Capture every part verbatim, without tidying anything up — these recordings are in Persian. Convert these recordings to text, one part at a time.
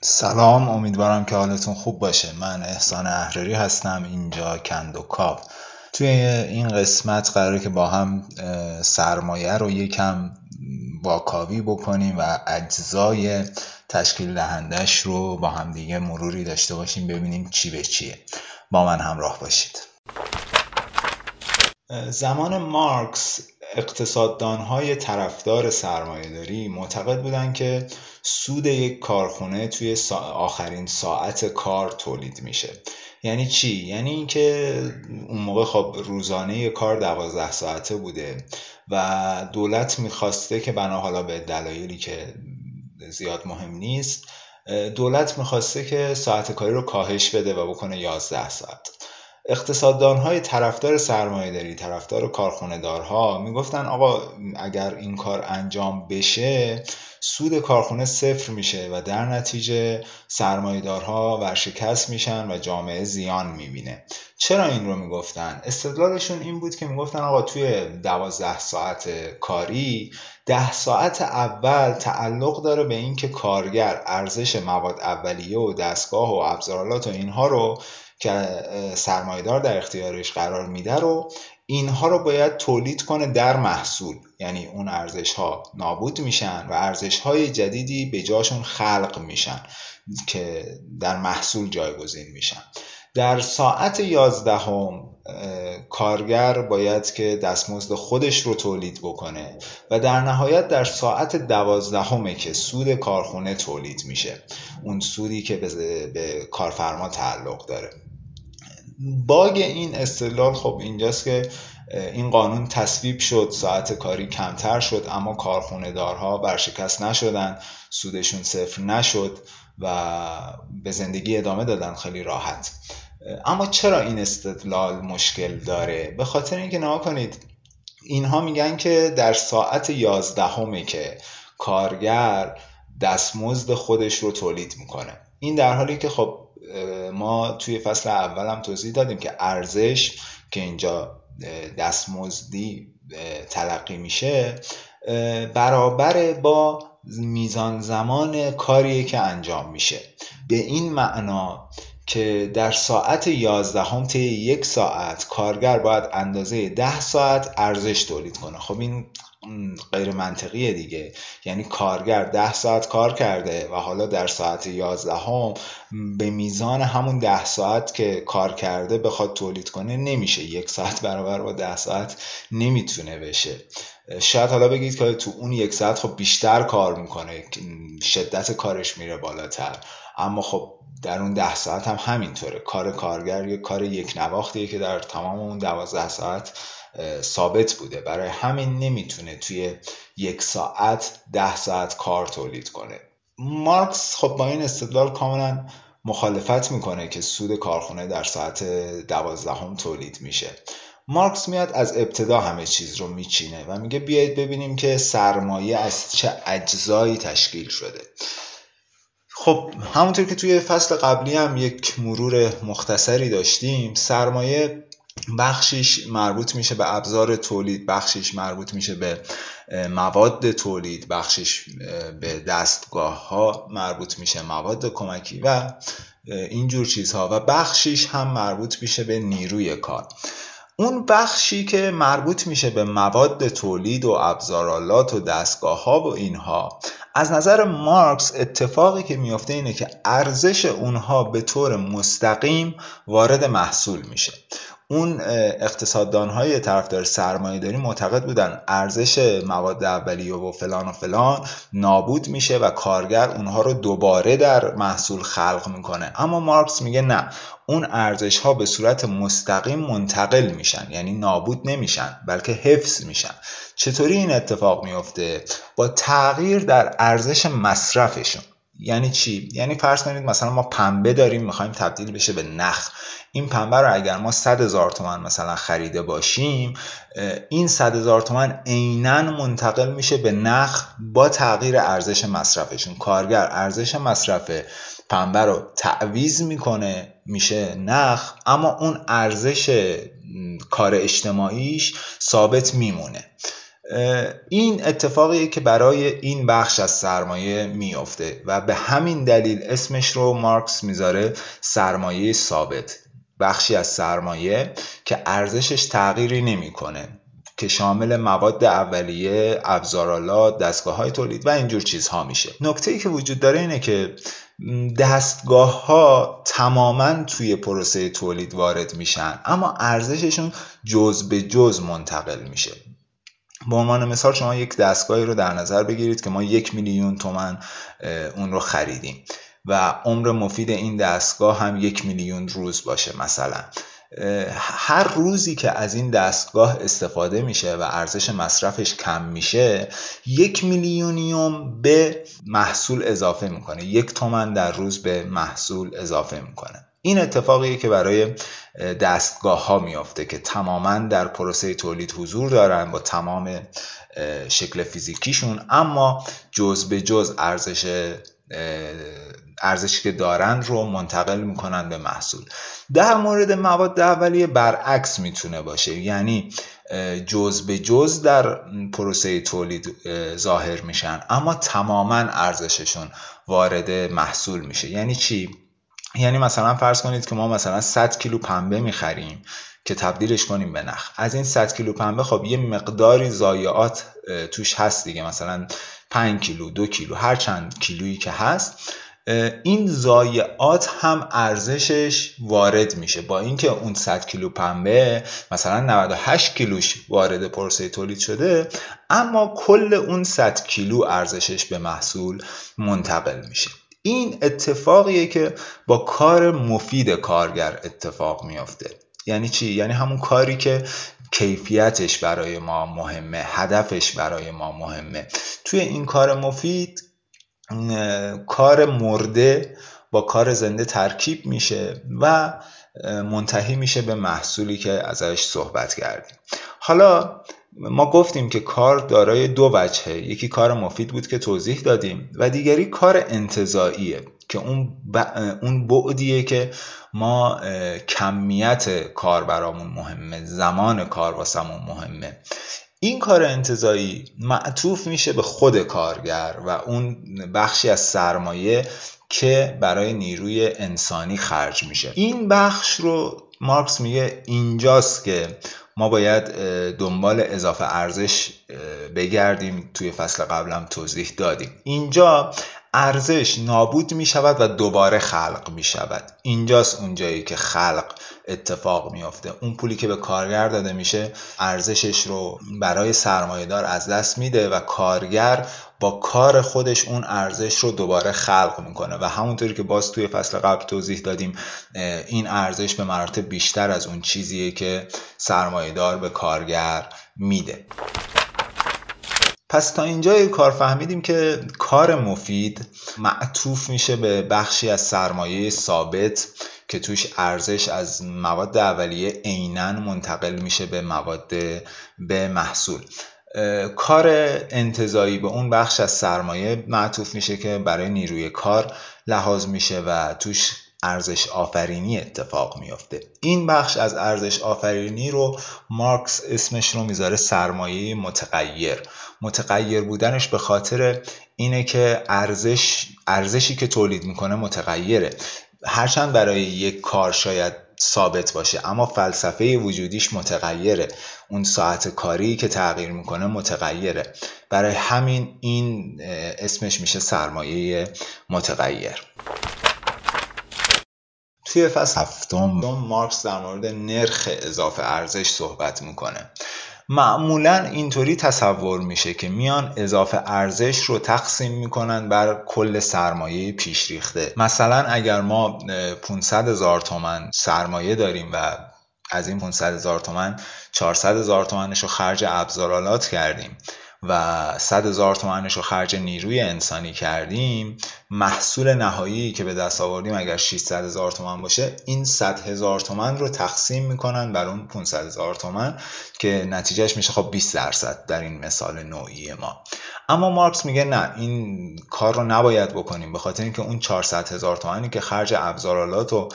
سلام، امیدوارم که حالتون خوب باشه. من احسان احراری هستم، اینجا کندوکاو. توی این قسمت قراره که با هم سرمایه رو یکم واکاوی بکنیم و اجزای تشکیل دهندش رو با هم دیگه مروری داشته باشیم، ببینیم چی به چیه. با من همراه باشید. زمان مارکس اقتصاددانهای طرفدار سرمایه‌داری معتقد بودن که سود یک کارخونه توی آخرین ساعت کار تولید میشه. یعنی چی؟ یعنی اینکه اون موقع خب روزانه کار دوازده ساعته بوده و دولت میخواسته که بنا حالا به دلایلی که زیاد مهم نیست، دولت میخواسته که ساعت کاری رو کاهش بده و بکنه یازده ساعت. اقتصاددانهای طرفدار سرمایه‌داری، طرفدار کارخونه‌دارها میگفتن آقا اگر این کار انجام بشه سود کارخونه صفر میشه و در نتیجه سرمایه‌دارها ورشکست میشن و جامعه زیان میبینه. چرا این رو میگفتن؟ استدلالشون این بود که میگفتن آقا توی دوازده ساعت کاری ده ساعت اول تعلق داره به این که کارگر ارزش مواد اولیه و دستگاه و ابزارالات و اینها رو که سرمایه‌دار در اختیارش قرار میده رو اینها رو باید تولید کنه در محصول، یعنی اون ارزش ها نابود میشن و ارزش های جدیدی به جاشون خلق میشن که در محصول جایگزین میشن. در ساعت یازدهم کارگر باید که دستمزد خودش رو تولید بکنه و در نهایت در ساعت دوازدهمه که سود کارخونه تولید میشه، اون سودی که به کارفرما تعلق داره. باگ این استدلال خب اینجاست که این قانون تصویب شد، ساعت کاری کمتر شد، اما کارخونه دارها ورشکست نشدن، سودشون صفر نشد و به زندگی ادامه دادن خیلی راحت. اما چرا این استدلال مشکل داره؟ به خاطر اینکه نگاه کنید، اینها میگن که در ساعت یازدهمه که کارگر دستمزد خودش رو تولید میکنه. این در حالی که خب ما توی فصل اول هم توضیح دادیم که ارزش که اینجا دستمزدی تلقی میشه برابر با میزان زمان کاریه که انجام میشه. به این معنا که در ساعت یازدهم طی یک ساعت کارگر باید اندازه ده ساعت ارزش تولید کنه. خب این غیر منطقیه دیگه، یعنی کارگر ده ساعت کار کرده و حالا در ساعت یازدهم به میزان همون ده ساعت که کار کرده بخواد تولید کنه نمیشه. یک ساعت برابر با ده ساعت نمیتونه بشه. شاید حالا بگید که تو اون یک ساعت خب بیشتر کار میکنه، شدت کارش میره بالاتر، اما خب در اون ده ساعت هم همینطوره. کار کارگر یک کار یک نواختیه که در تمام اون دوازده ساعت ثابت بوده، برای همین نمیتونه توی یک ساعت ده ساعت کار تولید کنه. مارکس خب با این استدلال کاملا مخالفت میکنه که سود کارخونه در ساعت دوازدهم تولید میشه. مارکس میاد از ابتدا همه چیز رو میچینه و میگه بیایید ببینیم که سرمایه از چه اجزایی تشکیل شده. خب همونطور که توی فصل قبلی هم یک مرور مختصری داشتیم، سرمایه بخشیش مربوط میشه به ابزار تولید، بخشیش مربوط میشه به مواد تولید، بخشیش به دستگاه ها مربوط میشه، مواد کمکی و اینجور چیزها، و بخشیش هم مربوط میشه به نیروی کار. اون بخشی که مربوط میشه به مواد تولید و ابزارالات و دستگاه ها و اینها، از نظر مارکس اتفاقی که میفته اینه که ارزش اونها به طور مستقیم وارد محصول میشه. اون اقتصاددانهای طرفدار سرمایه‌داری معتقد بودن ارزش مواد اولیه و فلان و فلان نابود میشه و کارگر اونها رو دوباره در محصول خلق میکنه، اما مارکس میگه نه، اون ارزش ها به صورت مستقیم منتقل میشن، یعنی نابود نمیشن بلکه حفظ میشن. چطوری این اتفاق میفته؟ با تغییر در ارزش مصرفشون. یعنی چی؟ یعنی فرض کنید مثلا ما پنبه داریم میخوایم تبدیل بشه به نخ. این پنبه رو اگر ما صد هزار تومان مثلا خریده باشیم، این صد هزار تومان عیناً منتقل میشه به نخ با تغییر ارزش مصرفشون. کارگر ارزش مصرف پنبه رو تعویض میکنه میشه نخ، اما اون ارزش کار اجتماعیش ثابت میمونه. این اتفاقیه که برای این بخش از سرمایه میفته و به همین دلیل اسمش رو مارکس میذاره سرمایه ثابت. بخشی از سرمایه که ارزشش تغییری نمیکنه، که شامل مواد اولیه، ابزارالات، دستگاه‌های تولید و اینجور چیزها میشه. نکته‌ای که وجود داره اینه که دستگاه‌ها تماماً توی پروسه تولید وارد میشن، اما ارزششون جز به جز منتقل میشه. به عنوان مثال شما یک دستگاهی رو در نظر بگیرید که ما یک میلیون تومان اون رو خریدیم و عمر مفید این دستگاه هم یک میلیون روز باشه. مثلا هر روزی که از این دستگاه استفاده میشه و ارزش مصرفش کم میشه، یک میلیونیوم به محصول اضافه میکنه، یک تومن در روز به محصول اضافه میکنه. این اتفاقیه که برای دستگاه ها میافته که تماما در پروسه تولید حضور دارن با تمام شکل فیزیکیشون، اما جز به جز ارزش ارزشی که دارن رو منتقل میکنن به محصول. در مورد مواد اولیه برعکس میتونه باشه، یعنی جز به جز در پروسه تولید ظاهر میشن اما تماما ارزششون وارد محصول میشه. یعنی چی؟ یعنی مثلا فرض کنید که ما مثلا صد کیلو پنبه میخریم که تبدیلش کنیم به نخ. از این صد کیلو پنبه خب یه مقداری ضایعات توش هست دیگه، مثلا پنج کیلو، دو کیلو، هر چند کیلویی که هست، این ضایعات هم ارزشش وارد میشه. با اینکه اون صد کیلو پنبه مثلا نود و هشت کیلوش وارد پروسه تولید شده، اما کل اون صد کیلو ارزشش به محصول منتقل میشه. این اتفاقیه که با کار مفید کارگر اتفاق میافته. یعنی چی؟ یعنی همون کاری که کیفیتش برای ما مهمه، هدفش برای ما مهمه. توی این کار مفید کار مرده با کار زنده ترکیب میشه و منتهی میشه به محصولی که ازش صحبت کردیم. حالا ما گفتیم که کار دارای دو وجهه، یکی کار مفید بود که توضیح دادیم و دیگری کار انتزاعیه که اون ب... اون بعدیه که ما کمیت کار برامون مهمه، زمان کار واسمون مهمه. این کار انتزاعی معطوف میشه به خود کارگر و اون بخشی از سرمایه که برای نیروی انسانی خرج میشه. این بخش رو مارکس میگه اینجاست که ما باید دنبال اضافه ارزش بگردیم. توی فصل قبلم توضیح دادیم. اینجا ارزش نابود می شود و دوباره خلق می شود. اینجاست اونجایی که خلق اتفاق می افته. اون پولی که به کارگر داده میشه ارزشش رو برای سرمایه‌دار از دست میده و کارگر با کار خودش اون ارزش رو دوباره خلق میکنه و همونطوری که باز توی فصل قبل توضیح دادیم، این ارزش به مراتب بیشتر از اون چیزیه که سرمایه‌دار به کارگر میده. پس تا اینجای کار فهمیدیم که کار مفید معطوف میشه به بخشی از سرمایه ثابت که توش ارزش از مواد اولیه عیناً منتقل میشه به مواد به محصول. کار انتزاعی به اون بخش از سرمایه معطوف میشه که برای نیروی کار لحاظ میشه و توش ارزش آفرینی اتفاق میفته. این بخش از ارزش آفرینی رو مارکس اسمش رو میذاره سرمایه متغیر. متغیر بودنش به خاطر اینه که ارزش ارزشی که تولید میکنه متغیره. هرچند برای یک کار شاید ثابت باشه اما فلسفه وجودیش متغیره. اون ساعت کاری که تغییر میکنه متغیره. برای همین این اسمش میشه سرمایه متغیر. توی فصل هفتم مارکس در مورد نرخ اضافه ارزش صحبت میکنه. معمولا اینطوری تصور میشه که میان اضافه ارزش رو تقسیم میکنن بر کل سرمایه پیش ریخته. مثلا اگر ما پانصد هزار تومان سرمایه داریم و از این پانصد هزار تومان چهارصد هزار تومانش رو خرج ابزارالات کردیم و صد هزار تومانش رو خرج نیروی انسانی کردیم، محصول نهایی که به دست آوردیم اگر ششصد هزار تومان باشه، این صد هزار تومان رو تقسیم میکنن بر اون پانصد هزار تومان که نتیجهش میشه خب بیست درصد در این مثال نوعی ما. اما مارکس میگه نه، این کار رو نباید بکنیم، به خاطر اینکه اون چهارصد هزار تومانی که خرج ابزارالات و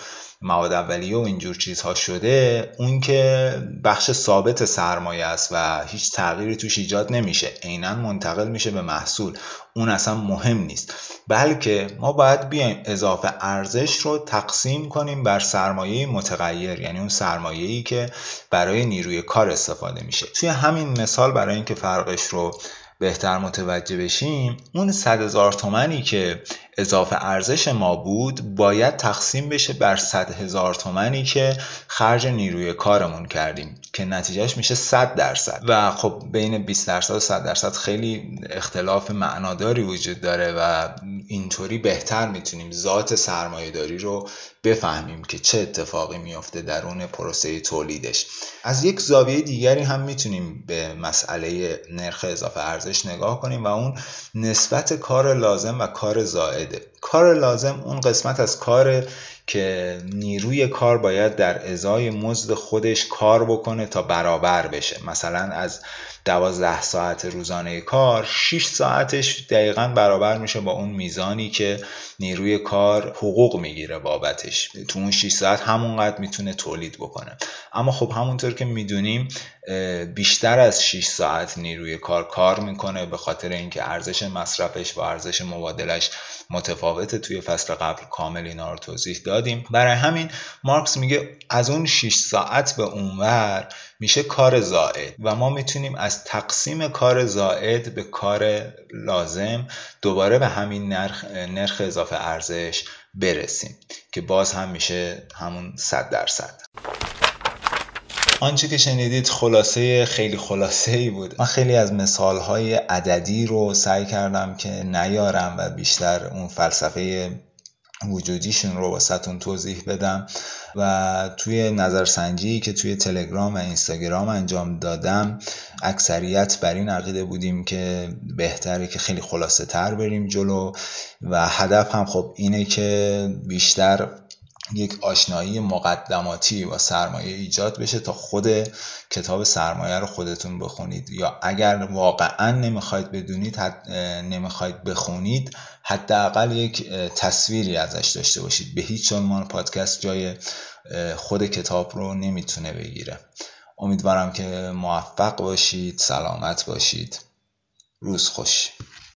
مواد اولیه و اینجور چیزها شده، اون که بخش ثابت سرمایه است و هیچ تغییری توش ایجاد نمیشه، عیناً منتقل میشه به محصول، اون اصلا مهم نیست. بلکه ما باید بیایم اضافه ارزش رو تقسیم کنیم بر سرمایه متغیر، یعنی اون سرمایه‌ای که برای نیروی کار استفاده میشه. توی همین مثال برای اینکه فرقش رو بهتر متوجه بشیم، اون صد هزار تومانی که اضافه ارزش ما بود باید تقسیم بشه بر صد هزار تومانی که خرج نیروی کارمون کردیم که نتیجهش میشه صد درصد. و خب بین بیست درصد و صد درصد خیلی اختلاف معناداری وجود داره و اینطوری بهتر میتونیم ذات سرمایه داری رو بفهمیم که چه اتفاقی میفته درون پروسه تولیدش. از یک زاویه دیگری هم میتونیم به مسئله نرخ اضافه ارزش نگاه کنیم و اون نسبت کار لازم و کار زائده. کار لازم اون قسمت از کار که نیروی کار باید در ازای مزد خودش کار بکنه تا برابر بشه. مثلا از دوازده ساعت روزانه کار شش ساعتش دقیقاً برابر میشه با اون میزانی که نیروی کار حقوق میگیره بابتش. تو اون شش ساعت همونقدر میتونه تولید بکنه. اما خب همونطور که میدونیم بیشتر از شش ساعت نیروی کار کار میکنه به خاطر اینکه ارزش مصرفش و ارزش مبادلش متفاوته. توی فصل قبل کامل اینا رو توضیح دادیم. برای همین مارکس میگه از اون شش ساعت به اونور میشه کار زائد و ما میتونیم از تقسیم کار زائد به کار لازم دوباره به همین نرخ, نرخ اضافه ارزش برسیم که باز هم میشه همون صد درصد. آنچه که شنیدید خلاصه خیلی خلاصه ای بود. من خیلی از مثالهای عددی رو سعی کردم که نیارم و بیشتر اون فلسفه وجودیشون رو واسهتون توضیح بدم و توی نظرسنجی که توی تلگرام و اینستاگرام انجام دادم اکثریت بر این عقیده بودیم که بهتره که خیلی خلاصه تر بریم جلو و هدف هم خب اینه که بیشتر یک آشنایی مقدماتی با سرمایه ایجاد بشه تا خود کتاب سرمایه رو خودتون بخونید، یا اگر واقعا نمیخواید بدونید حد نمیخواید بخونید حداقل یک تصویری ازش داشته باشید. به هیچ عنوان پادکست جای خود کتاب رو نمیتونه بگیره. امیدوارم که موفق باشید، سلامت باشید، روز خوش.